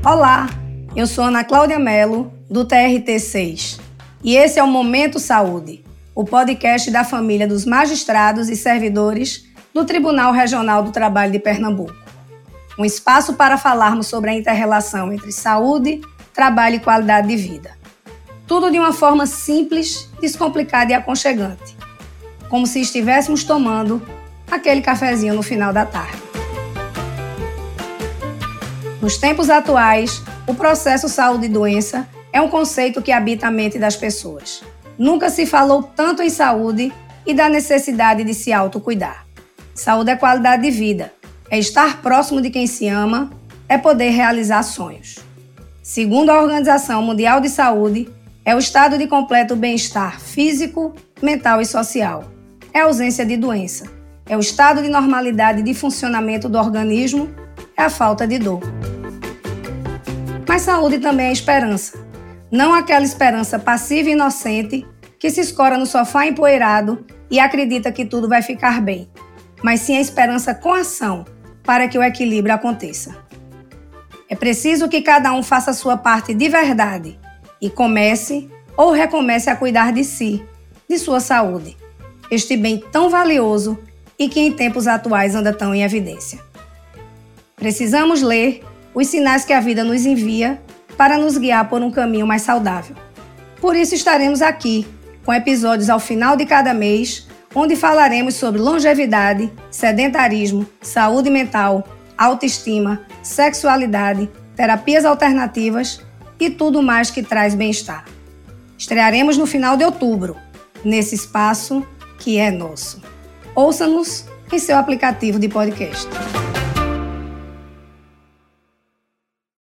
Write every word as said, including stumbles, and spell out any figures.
Olá, eu sou Ana Cláudia Mello, do T R T seis, e esse é o Momento Saúde, o podcast da família dos magistrados e servidores do Tribunal Regional do Trabalho de Pernambuco. Um espaço para falarmos sobre a inter-relação entre saúde, trabalho e qualidade de vida. Tudo de uma forma simples, descomplicada e aconchegante, como se estivéssemos tomando aquele cafezinho no final da tarde. Nos tempos atuais, o processo saúde e doença é um conceito que habita a mente das pessoas. Nunca se falou tanto em saúde e da necessidade de se autocuidar. Saúde é qualidade de vida, é estar próximo de quem se ama, é poder realizar sonhos. Segundo a Organização Mundial de Saúde, é o estado de completo bem-estar físico, mental e social. É a ausência de doença, é o estado de normalidade de funcionamento do organismo, é a falta de dor. Mas saúde também é esperança. Não aquela esperança passiva e inocente que se escora no sofá empoeirado e acredita que tudo vai ficar bem, mas sim a esperança com ação para que o equilíbrio aconteça. É preciso que cada um faça a sua parte de verdade e comece ou recomece a cuidar de si, de sua saúde, este bem tão valioso e que em tempos atuais anda tão em evidência. Precisamos ler os sinais que a vida nos envia para nos guiar por um caminho mais saudável. Por isso estaremos aqui, com episódios ao final de cada mês, onde falaremos sobre longevidade, sedentarismo, saúde mental, autoestima, sexualidade, terapias alternativas e tudo mais que traz bem-estar. Estrearemos no final de outubro, nesse espaço que é nosso. Ouça-nos em seu aplicativo de podcast.